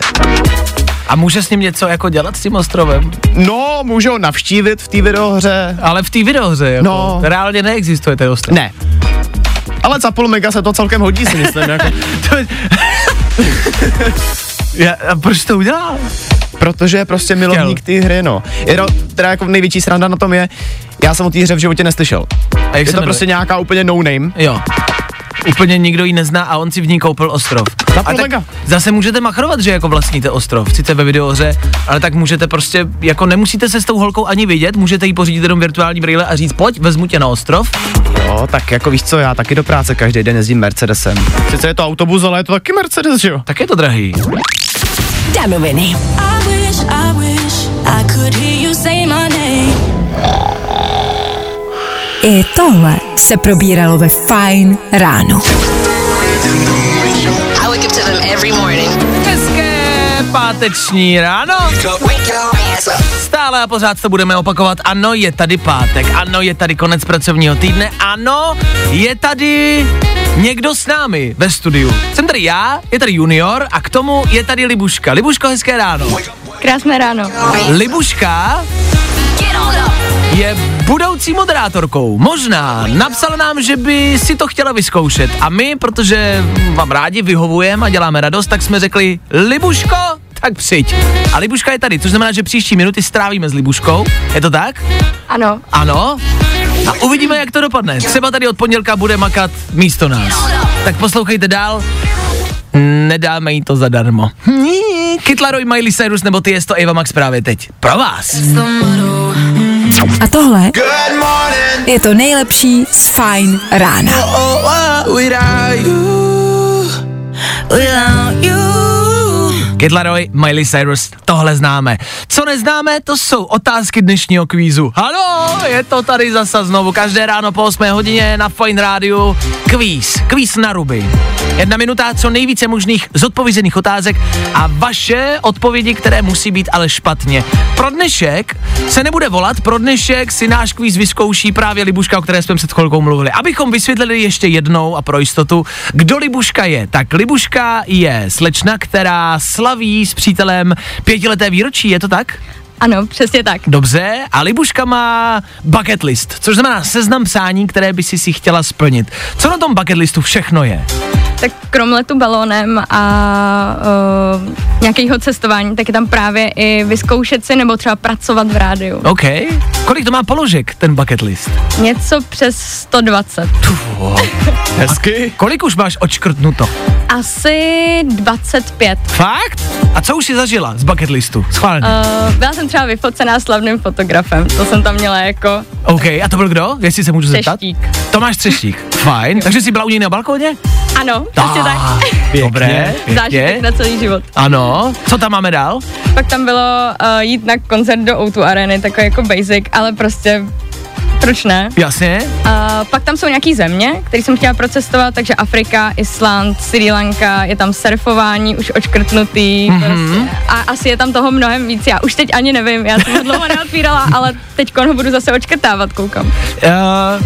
A může s ním něco jako dělat s tím ostrovem? No, může ho navštívit v té videohře. Ale v té videohře, jako no. Reálně neexistuje ten ostrov. Ne. Ale za půl mega se to celkem hodí, si myslím. Jako. to je... Já, a proč to udělal? Protože je prostě milovník té hry, no. Jenom, teda jako největší sranda na tom je, já jsem o té hře v životě neslyšel. A jak je to jmenuje? Prostě nějaká úplně no name. Jo. Úplně nikdo ji nezná a on si v ní koupil ostrov. A tak zase můžete machrovat, že jako vlastníte ostrov, sice ve videohře, ale tak můžete prostě, jako nemusíte se s tou holkou ani vidět, můžete jí pořídit jenom virtuální brýle a říct, pojď, vezmu tě na ostrov. Jo, tak jako víš co, já taky do práce každý den jezdím Mercedesem. Sice je to autobus, ale je to taky Mercedes, jo? Tak je to drahý. Danoviny. I tohle se probíralo ve Fajn ráno. Hezké páteční ráno. Stále a pořád to budeme opakovat. Ano, je tady pátek. Ano, je tady konec pracovního týdne. Ano, je tady někdo s námi ve studiu. Jsem tady já, je tady Junior a k tomu je tady Libuška. Libuško, hezké ráno. Krásné ráno. Libuška je budoucí moderátorkou. Možná. Napsala nám, že by si to chtěla vyzkoušet. A my, protože vám rádi vyhovujeme a děláme radost, tak jsme řekli, Libuško, tak přijď. A Libuška je tady, což znamená, že příští minuty strávíme s Libuškou. Je to tak? Ano. Ano. A uvidíme, jak to dopadne. Třeba tady od pondělka bude makat místo nás. Tak poslouchejte dál. Nedáme jí to zadarmo. Kid Laroi, Miley Cyrus nebo Tiesto, Eva Max právě teď. Pro vás. A tohle je to nejlepší z Fajn rána. Kid Laroi, Miley Cyrus, tohle známe. Co neznáme, to jsou otázky dnešního kvízu. Ano, je to tady zase znovu, každé ráno po osmé hodině na Fajn rádiu. Kvíz, kvíz na ruby. Jedna minuta, co nejvíce možných zodpovězených otázek a vaše odpovědi, které musí být ale špatně. Pro dnešek se nebude volat, pro dnešek si náš kvíz vyzkouší právě Libuška, o které jsme před chvilkou mluvili. Abychom vysvětlili ještě jednou a pro jistotu, kdo Libuška je. Tak Libuška je slečna, která slaví s přítelem pětileté výročí, je to tak? Ano, přesně tak. Dobře, a Libuška má bucket list, což znamená seznam přání, které by si si chtěla splnit. Co na tom bucket listu všechno je? Tak krom letu balónem a uh, nějakého cestování, tak je tam právě i vyzkoušet si nebo třeba pracovat v rádiu. OK. Kolik to má položek, ten bucket list? Něco přes sto dvacet. Oh, hezky. Kolik už máš odškrtnuto? Asi dvacet pět. Fakt? A co už jsi zažila z bucket listu? Schválně. Uh, byla jsem třeba vyfocená slavným fotografem, to jsem tam měla jako... OK, a to byl kdo? Jestli se můžu zeptat? Třeštík. Tomáš Třeštík. Fajn. Takže jsi byla u něj na balkóně? Ano, přesně tak. Dobré, Zážitek na celý život. Ano. Co tam máme dál? Pak tam bylo uh, jít na koncert do ó dva Areny, takový jako basic, ale prostě proč ne? Jasně. Uh, pak tam jsou nějaký země, které jsem chtěla procestovat, takže Afrika, Island, Srí Lanka, je tam surfování, už odškrtnutý, mm-hmm. prostě. A asi je tam toho mnohem víc, já už teď ani nevím, já jsem ho dlouho neotvírala, ale teď ho budu zase odškrtávat, koukám. Uh...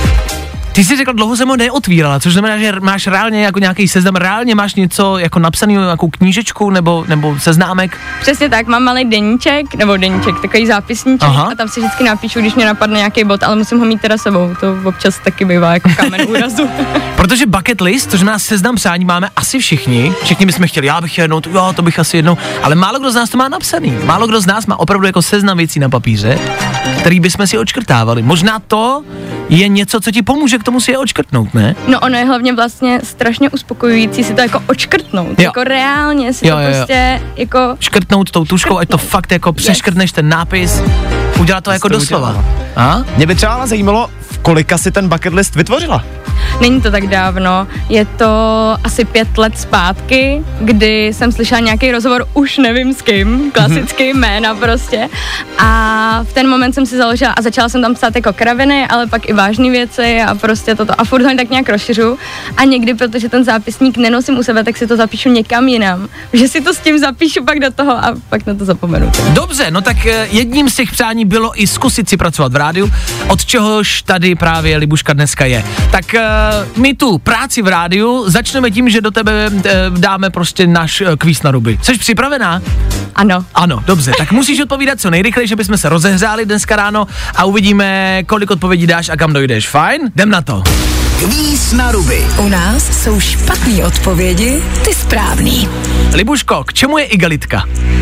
Ty jsi řekla, dlouho jsem ho neotvírala, což znamená, že máš reálně jako nějaký seznam, reálně máš něco jako napsaný, nějakou knížečku nebo, nebo seznámek? Přesně tak, mám malý deníček, nebo deníček, takový zápisníček. Aha. A tam si vždycky napíšu, když mě napadne nějaký bod, ale musím ho mít teda sebou, to občas taky bývá jako kámen úrazu. Protože bucket list, což znamená seznam přání, máme asi všichni, všichni bychom chtěli, já bych jednou, jo, to bych asi jednou, ale málo kdo z nás to má napsaný, málo kdo z nás má opravdu jako seznam věcí na papíře, který bychom si odškrtávali. Možná to je něco, co ti pomůže k tomu si je odškrtnout, ne? No ono je hlavně vlastně strašně uspokojující si to jako odškrtnout, jo. Jako reálně si jo, to jo, jo. prostě jako... Škrtnout tou tuškou, ať to fakt jako přeškrtneš ten nápis, udělat to jako doslova. A? Mě by třeba zajímalo, v kolika si ten bucket list vytvořila? Není to tak dávno, je to asi pět let zpátky, kdy jsem slyšela nějaký rozhovor, už nevím s kým, klasický jména prostě. A v ten moment jsem si založila a začala jsem tam psát jako kraviny, ale pak i vážné věci a prostě toto. A furt ho tak nějak rozšiřu. A někdy, protože ten zápisník nenosím u sebe, tak si to zapíšu někam jinam. Že si to s tím zapíšu pak do toho a pak na to zapomenu. Dobře, no tak jedním z těch přání bylo i zkusit si pracovat v rádiu, od čehož tady právě Libuška dneska je. Tak uh, my tu práci v rádiu začneme tím, že do tebe uh, dáme prostě náš uh, kvíz na ruby. Jsi připravená? Ano. Ano, dobře, tak musíš odpovídat co nejrychleji, že bychom se rozehřáli dneska ráno a uvidíme, kolik odpovědí dáš a kam dojdeš. Fajn? Jdem na to. Kvíz na ruby. U nás jsou špatný odpovědi, ty správný. Libuško, k čemu je igelitka?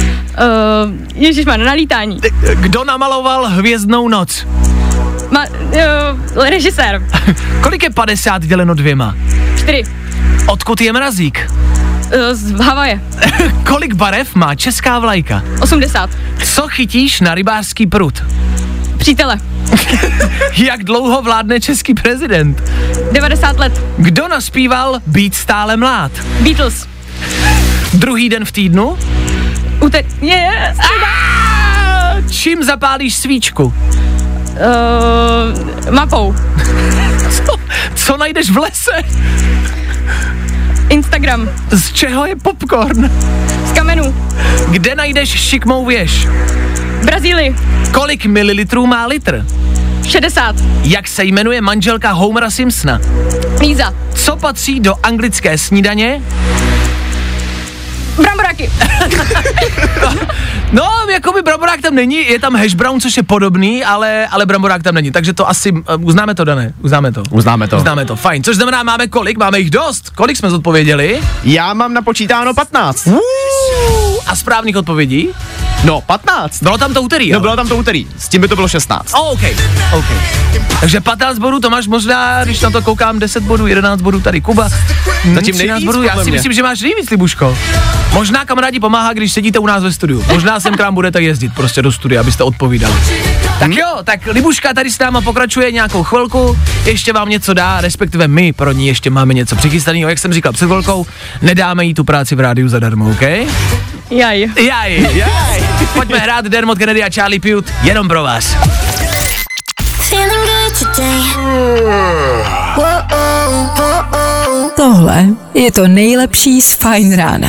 Uh, ježišmar, na lítání. Kdo namaloval Hvězdnou noc? Ma, uh, režisér. Kolik je padesát děleno dvěma? Čtyři. Odkud je mrazík? Uh, z Havaje. Kolik barev má česká vlajka? osmdesát. Co chytíš na rybářský prut? Přítele. Jak dlouho vládne český prezident? devadesát let. Kdo naspíval Být stále mlád? Beatles. Druhý den v týdnu? Ute... Yes. Čím zapálíš svíčku? Uh, mapou. Co, co najdeš v lese? Instagram. Z čeho je popcorn? Z kamenů. Kde najdeš šikmou věž? Brazílii. Kolik mililitrů má litr? šedesát. Jak se jmenuje manželka Homera Simpsona? Líza. Co patří do anglické snídaně? Bramboráky. No, jakoby bramborák tam není, je tam hash brown, což je podobný, ale, ale bramborák tam není, takže to asi, uh, uznáme to, Dané, uznáme to. Uznáme to. Uznáme to, fajn, což znamená, máme kolik? Máme jich dost, kolik jsme zodpověděli? Já mám napočítáno patnáct. Uh, a správných odpovědí? No, patnáct. Bylo tam to úterý, No, ale? bylo tam to úterý, s tím by to bylo šestnáct. Oh, OK, OK. Takže patnáct bodů, to máš možná, když na to koukám, deset bodů, jedenáct bodů tady Kuba. Zatím třináct nejvíc, bodů, já podle si mě. myslím, že máš nejvíc, Libuško. Možná kamarádi pomáhá, když sedíte u nás ve studiu. Možná sem k nám budete jezdit prostě do studia, abyste odpovídali. Tak jo, tak Libuška tady s náma pokračuje nějakou chvilku, ještě vám něco dá, respektive my pro ní ještě máme něco přichystaného, jak jsem říkal před chvilkou, nedáme jí tu práci v rádiu zadarmo, OK? Jaj. Jaj. Jaj. Pojďme hrát Dermot Kennedy a Charlie Puth jenom pro vás. Tohle je to nejlepší z Fajn rána.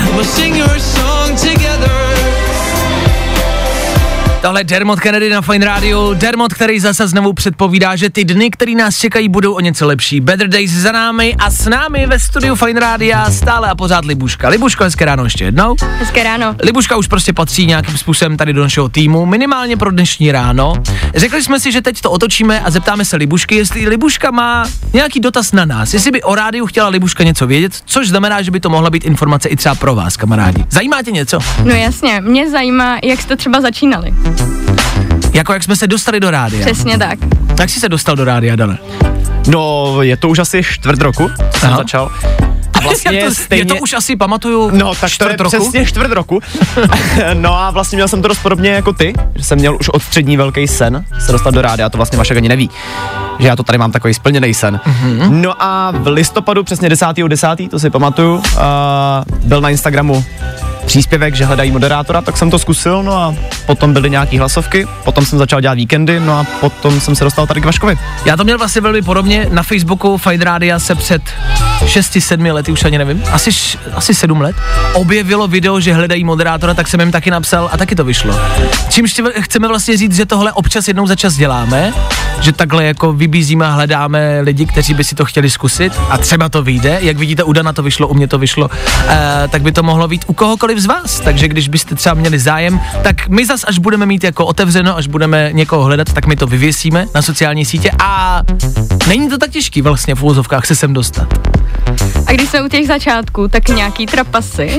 Tohle je Dermot Kennedy na Fajn rádiu. Dermot, který zase znovu předpovídá, že ty dny, které nás čekají, budou o něco lepší. Better Days za námi a s námi ve studiu Fajn rádia stále a pořád Libuška. Libuško, hezké ráno ještě jednou. Hezké ráno. Libuška už prostě patří nějakým způsobem tady do našeho týmu, minimálně pro dnešní ráno. Řekli jsme si, že teď to otočíme a zeptáme se Libušky, jestli Libuška má nějaký dotaz na nás, jestli by o rádiu chtěla Libuška něco vědět, což znamená, že by to mohla být informace i třeba pro vás, kamarádi. Zajímá tě něco? No jasně, mě zajímá, jak jste třeba začínali. Jako jak jsme se dostali do rádia. Přesně tak. Jak jsi se dostal do rádia, Dane? No, je to už asi čtvrt roku, jsem Aha. začal. A vlastně to, stejně... Je to už asi, pamatuju, No, tak čtvrt to je roku? přesně čtvrt roku. No a vlastně měl jsem to dost podobně jako ty, že jsem měl už od střední velký sen se dostat do rádia, a to vlastně Vašek ani neví, že já to tady mám takový splněný sen. Mm-hmm. No a v listopadu, přesně desátého desátého to si pamatuju, uh, byl na Instagramu příspěvek, že hledají moderátora, tak jsem to zkusil, no a potom byly nějaký hlasovky, potom jsem začal dělat víkendy, no a potom jsem se dostal tady k Vaškovi. Já to měl vlastně velmi podobně, na Facebooku Fajn rádia se před šesti sedmi lety, už ani nevím, asi, š, asi sedm let, objevilo video, že hledají moderátora, tak jsem jim taky napsal a taky to vyšlo. Čímž chceme vlastně říct, že tohle občas jednou za čas děláme, že takhle jako vybízíme a hledáme lidi, kteří by si to chtěli zkusit a třeba to vyjde, jak vidíte, u Dana to vyšlo, u mě to vyšlo, e, tak by to mohlo být u kohokoliv z vás, takže když byste třeba měli zájem, tak my zas, až budeme mít jako otevřeno, až budeme někoho hledat, tak my to vyvěsíme na sociální sítě a není to tak těžký vlastně v uvozovkách se sem dostat. A když jsme u těch začátků, tak nějaký trapasy.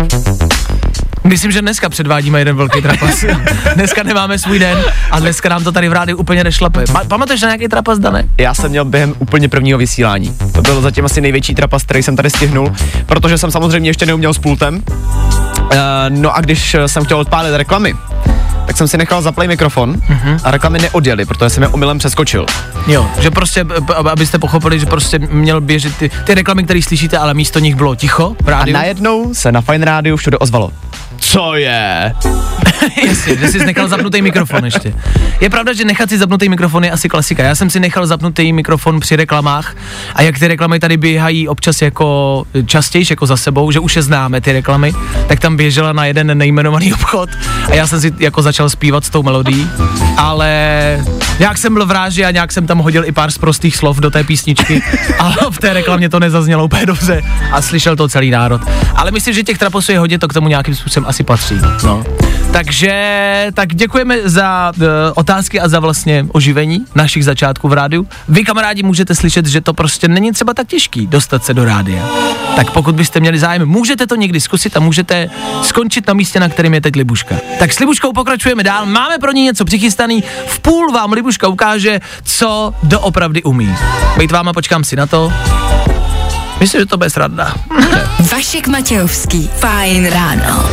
Myslím, že dneska předvádíme jeden velký trapas. Dneska nemáme svůj den a dneska nám to tady v rádiu úplně nešlape. Pa- pamatuješ na nějaký trapas, Dane? Já jsem měl během úplně prvního vysílání. To byl zatím asi největší trapas, který jsem tady stihnul, protože jsem samozřejmě ještě neuměl s pultem. Uh, no a když jsem chtěl odpálit reklamy, tak jsem si nechal zaplay mikrofon mm-hmm. a reklamy neodjeli, protože jsem je omylem přeskočil. Jo, že prostě, abyste pochopili, že prostě měl běžet ty, ty reklamy, které slyšíte, ale místo nich bylo ticho v rádiu. A najednou se na Fajn rádiu všude ozvalo. Co je? Jasně, že jsi nechal zapnutý mikrofon ještě. Je pravda, že nechat si zapnutý mikrofon je asi klasika. Já jsem si nechal zapnutý mikrofon při reklamách a jak ty reklamy tady běhají občas jako častější jako za sebou, že už je známe ty reklamy, tak tam běžela na jeden nejmenovaný obchod a já jsem si jako začal zpívat s tou melodií, ale nějak jsem byl v ráži a nějak jsem tam hodil i pár sprostých slov do té písničky, ale v té reklamě to nezaznělo úplně dobře a slyšel to celý národ. Ale myslím, že těch traposů je hodně, to k tomu nějakým způsobem asi patří. No. Takže tak děkujeme za uh, otázky a za vlastně oživení našich začátků v rádiu. Vy, kamarádi, můžete slyšet, že to prostě není třeba tak těžký dostat se do rádia. Tak pokud byste měli zájem, můžete to někdy zkusit a můžete skončit na místě, na kterém je teď Libuška. Tak s Libuškou pokračujeme dál, máme pro ní něco přichystaný, v půl vám Libuška ukáže, co doopravdy umí. Bejt váma, počkám si na to. Myslím, že to bude sranda. Vašek Matějovský, Fajn ráno.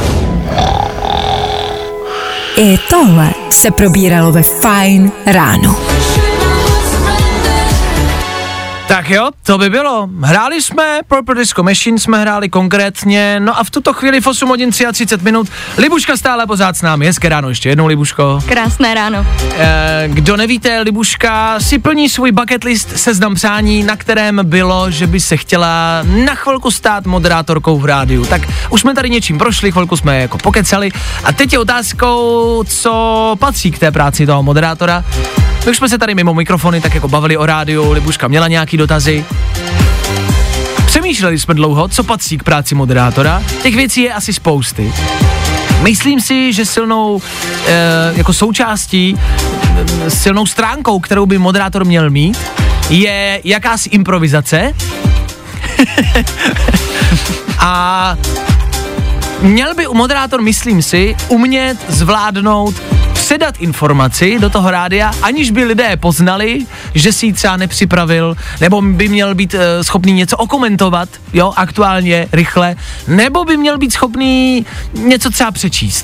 I tohle se probíralo ve Fajn ráno. Tak jo, to by bylo. Hráli jsme, Purple Disco Machine jsme hráli konkrétně, no a v tuto chvíli v osm hodin třicet tři minut Libuška stále pořád s námi. Hezké ráno ještě jednou, Libuško. Krásné ráno. E, kdo nevíte, Libuška si plní svůj bucket list, seznam přání, na kterém bylo, že by se chtěla na chvilku stát moderátorkou v rádiu. Tak už jsme tady něčím prošli, chvilku jsme jako pokecali a teď je otázkou, co patří k té práci toho moderátora. My už jsme se tady mimo mikrofony tak jako bavili o rádiu, Libuška měla nějaký dotazy. Přemýšleli jsme dlouho, co patří k práci moderátora. Těch věcí je asi spousty. Myslím si, že silnou e, jako součástí, e, silnou stránkou, kterou by moderátor měl mít, je jakási improvizace. A měl by moderátor, myslím si, umět zvládnout předat informaci do toho rádia, aniž by lidé poznali, že si ji třeba nepřipravil, nebo by měl být uh, schopný něco okomentovat, jo, aktuálně, rychle, nebo by měl být schopný něco třeba přečíst.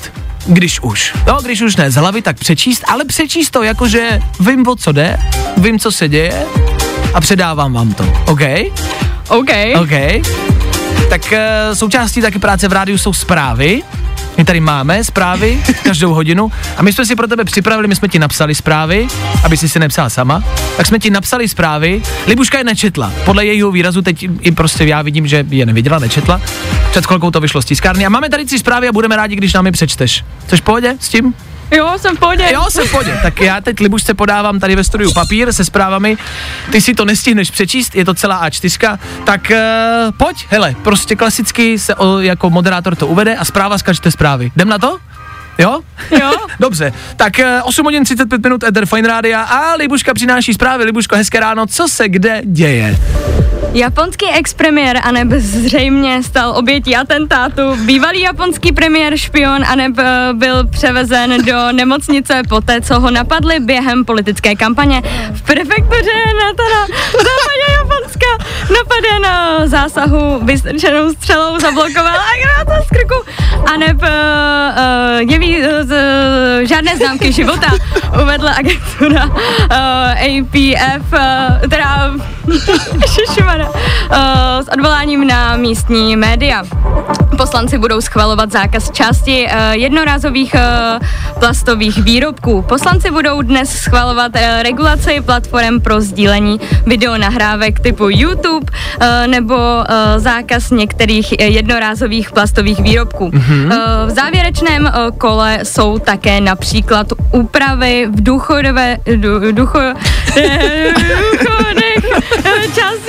když už. Jo, když už ne z hlavy, tak přečíst, ale přečíst to jakože vím, o co jde, vím, co se děje a předávám vám to, OK? OK. OK. Tak uh, součástí taky práce v rádiu jsou zprávy. My tady máme zprávy každou hodinu a my jsme si pro tebe připravili, my jsme ti napsali zprávy, aby si si nepsala sama, tak jsme ti napsali zprávy. Libuška je nečetla, podle jejího výrazu teď i prostě já vidím, že je neviděla, nečetla. Před chvilkou to vyšlo z tiskárny a máme tady tři zprávy a budeme rádi, když nám je přečteš. Což v pohodě s tím? Jo, jsem v pohodě. Jo, jsem v pohodě. Tak já teď Libušce podávám tady ve studiu papír se zprávami. Ty si to nestihneš přečíst, je to celá á čtyři. Tak uh, pojď, hele, prostě klasicky se o, jako moderátor to uvede a zpráva skáčete zprávy. Jdem na to? Jo? Jo. Dobře, tak uh, osm hodin třicet pět minut Ether Fine Rádia a Libuška přináší zprávy. Libuško, hezké ráno, co se kde děje? Japonský ex-premiér Aneb zřejmě stal obětí atentátu. Bývalý japonský premiér špion Aneb byl převezen do nemocnice poté, co ho napadli během politické kampaně. V prefektuře Natana v západě Japonska napaden zásahu vystrčenou střelou zablokoval agregátor z krku. Aneb uh, uh, jeví uh, z, žádné známky života, uvedla agentura uh, A P F, uh, teda šešimana, uh, s odvoláním na místní média. Poslanci budou schvalovat zákaz části uh, jednorázových uh, plastových výrobků. Poslanci budou dnes schvalovat uh, regulaci platform pro sdílení videonahrávek typu YouTube uh, nebo uh, zákaz některých uh, jednorázových plastových výrobků. Mm-hmm. Uh, v závěrečném uh, kole jsou také například úpravy v důchodové du, ducho, důchodech části.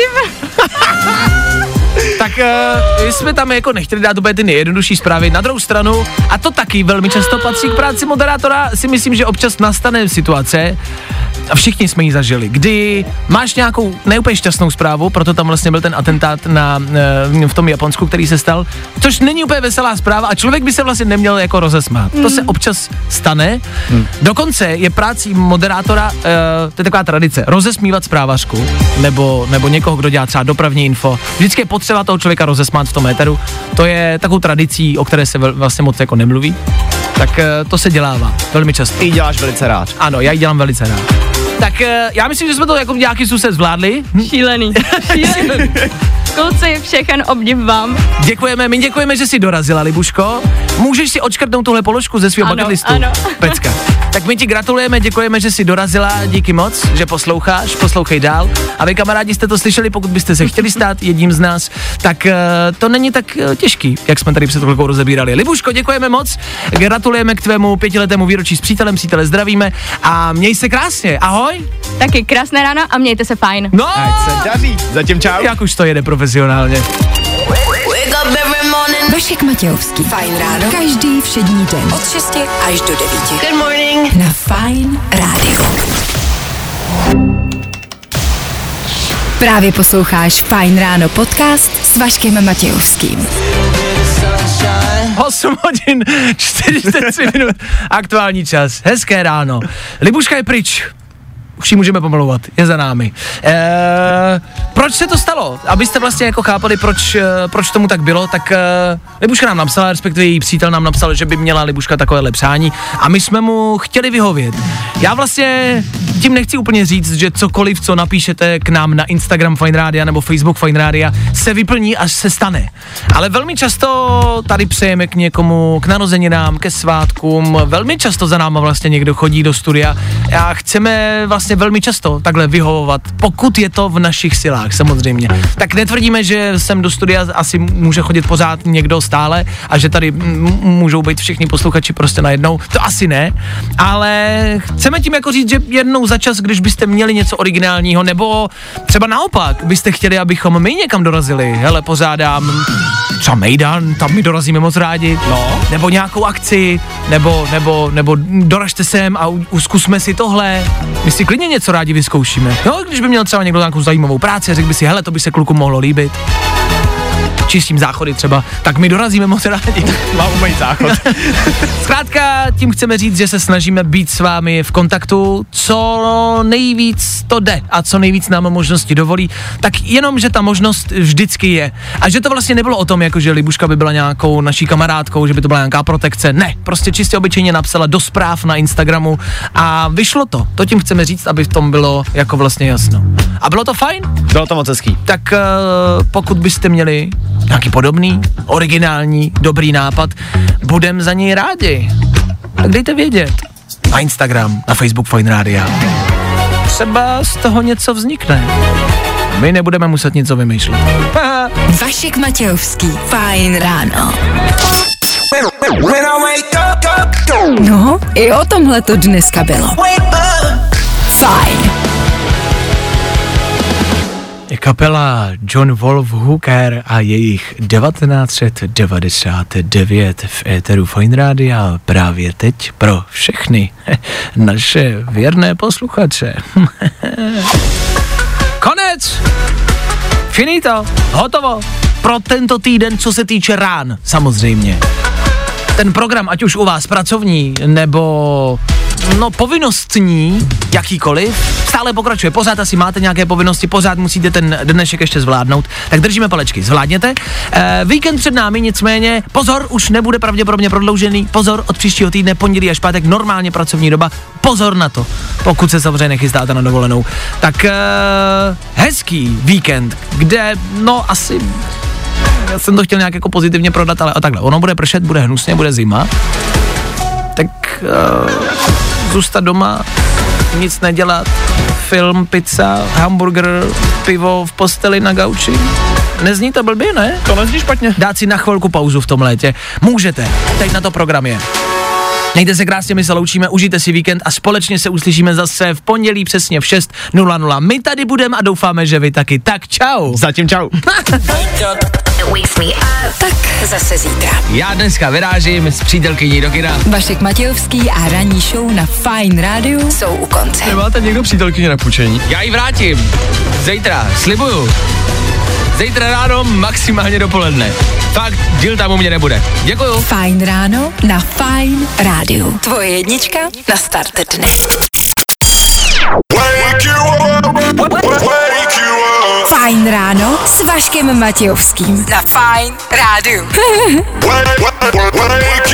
Tak uh, jsme tam jako nechtěli dát úplně ty nejjednodušší zprávy. Na druhou stranu, a to taky velmi často patří k práci moderátora, si myslím, že občas nastane situace, a všichni jsme ji zažili, kdy máš nějakou neúplně šťastnou zprávu, proto tam vlastně byl ten atentát na, v tom Japonsku, který se stal, což není úplně veselá zpráva a člověk by se vlastně neměl jako rozesmát. Mm. To se občas stane. Mm. Dokonce je prácí moderátora, uh, to je taková tradice, rozesmívat zprávařku, nebo, nebo někoho, kdo dělá třeba dopravní info. Vždycky je potřeba toho člověka rozesmát v tom éteru. To je takovou tradicí, o které se vlastně moc jako nemluví. Tak uh, to se dělává velmi často. Ty děláš velice rád. Ano, já ji dělám velice rád. Tak já myslím, že jsme to jako nějaký způsob zvládli. Šílený. Šílený. Kluci, všechen obdiv vám. Děkujeme, my děkujeme, že jsi dorazila, Libuško. Můžeš si odškrtnout tuhle položku ze svého bucket listu. Ano. Pecka. Tak my ti gratulujeme, děkujeme, že jsi dorazila, díky moc, že posloucháš, poslouchej dál. A vy, kamarádi, jste to slyšeli, pokud byste se chtěli stát jedním z nás, tak uh, to není tak uh, těžký, jak jsme tady před chvilkou rozebírali. Libuško, děkujeme moc, gratulujeme k tvému pětiletému výročí s přítelem, přítele zdravíme a měj se krásně, ahoj. Taky krásné ráno a mějte se fajn. No, ať se daří, zatím čau. Jak už to jede profesionálně. Vašek Matějovský. Fajn ráno. Každý všední den. Od šesti až do devíti. Good morning. Na Fajn rádiu. Právě posloucháš Fajn ráno podcast s Vaškem Matějovským. osm hodin čtyřicet tři minut, aktuální čas, hezké ráno. Libuška je pryč. Už ji můžeme pomalovat, je za námi. Eee, proč se to stalo? Abyste vlastně jako chápali, proč, proč tomu tak bylo, tak e, Libuška nám napsala, respektive její přítel nám napsal, že by měla Libuška takovéhle přání a my jsme mu chtěli vyhovět. Já vlastně tím nechci úplně říct, že cokoliv, co napíšete k nám na Instagram Fajn Rádia nebo Facebook Fajn Rádia, se vyplní, až se stane. Ale velmi často tady přejeme k někomu, k narozeninám, ke svátkům, velmi často za náma vlastně někdo chodí do studia a chceme vlastně velmi často takhle vyhovovat, pokud je to v našich silách, samozřejmě. Tak netvrdíme, že sem do studia asi může chodit pořád někdo stále a že tady m- můžou být všichni posluchači prostě najednou, to asi ne, ale chceme tím jako říct, že jednou za čas, když byste měli něco originálního, nebo třeba naopak byste chtěli, abychom my někam dorazili, hele, pořádám třeba mejdan, tam my dorazíme moc rádi, no, nebo nějakou akci, nebo, nebo, nebo doražte sem a u, zkusme si tohle, my si klidně něco rádi vyzkoušíme, jo, když by měl třeba někdo nějakou zajímavou práci a řekl by si, hele, to by se kluku mohlo líbit. čistím záchody třeba, tak my dorazíme moc rádi. Mám umýt záchod. Zkrátka, tím chceme říct, že se snažíme být s vámi v kontaktu, co nejvíc to jde a co nejvíc nám možnosti dovolí, tak jenom, že ta možnost vždycky je. A že to vlastně nebylo o tom, jako že Libuška by byla nějakou naší kamarádkou, že by to byla nějaká protekce. Ne, prostě čistě obyčejně napsala do zpráv na Instagramu a vyšlo to. To tím chceme říct, aby v tom bylo jako vlastně jasno. A bylo to fajn? Bylo to moc hezký. Tak uh, pokud byste měli nějaký podobný, originální, dobrý nápad, budem za něj rádi. Tak dejte vědět. Na Instagram, na Facebook Fajn Rádia. Třeba z toho něco vznikne. My nebudeme muset něco vymýšlet. Vašek Matějovský, Fajn ráno. No, i o tomhle to dneska bylo. Fajn. Je kapela John Wolf Hooker a jejich devatenáct devadesát devět v éteru Fajn Rádia právě teď pro všechny naše věrné posluchače. Konec! Finito! Hotovo! Pro tento týden, co se týče rán, samozřejmě. Ten program, ať už u vás pracovní, nebo no povinnostní, jakýkoliv, stále pokračuje. Pořád asi máte nějaké povinnosti, pořád musíte ten dnešek ještě zvládnout, tak držíme palečky, zvládněte. E, víkend před námi, nicméně, pozor, už nebude pravděpodobně prodloužený, pozor, od příštího týdne, pondělí až pátek, normálně pracovní doba, pozor na to, pokud se samozřejmě nechystáte na dovolenou. Tak e, hezký víkend, kde, no asi... Já jsem to chtěl nějak jako pozitivně prodat, ale o takhle, ono bude pršet, bude hnusně, bude zima, tak uh, zůstat doma, nic nedělat, film, pizza, hamburger, pivo v posteli na gauči. Nezní to blbě, ne? To nezní špatně. Dát si na chvilku pauzu v tom létě. Můžete, teď na to program je. Mějte se krásně, my se loučíme, užijte si víkend a společně se uslyšíme zase v pondělí přesně v šest nula nula. My tady budeme a doufáme, že vy taky. Tak čau. Zatím čau. Tak zase zítra. Já dneska vyrážím s přítelkyní do kina. Vašek Matějovský a ranní show na Fajn rádiu jsou u konce. Nemáte někdo přítelkyni na půjčení? Já ji vrátím. Zítra, slibuju. Zítra ráno, maximálně dopoledne. Fakt, díl tam u mě nebude. Děkuju. Fajn ráno na Fajn rádiu. Tvoje jednička na start dne. Fajn ráno s Vaškem Matějovským. Na Fajn rádiu.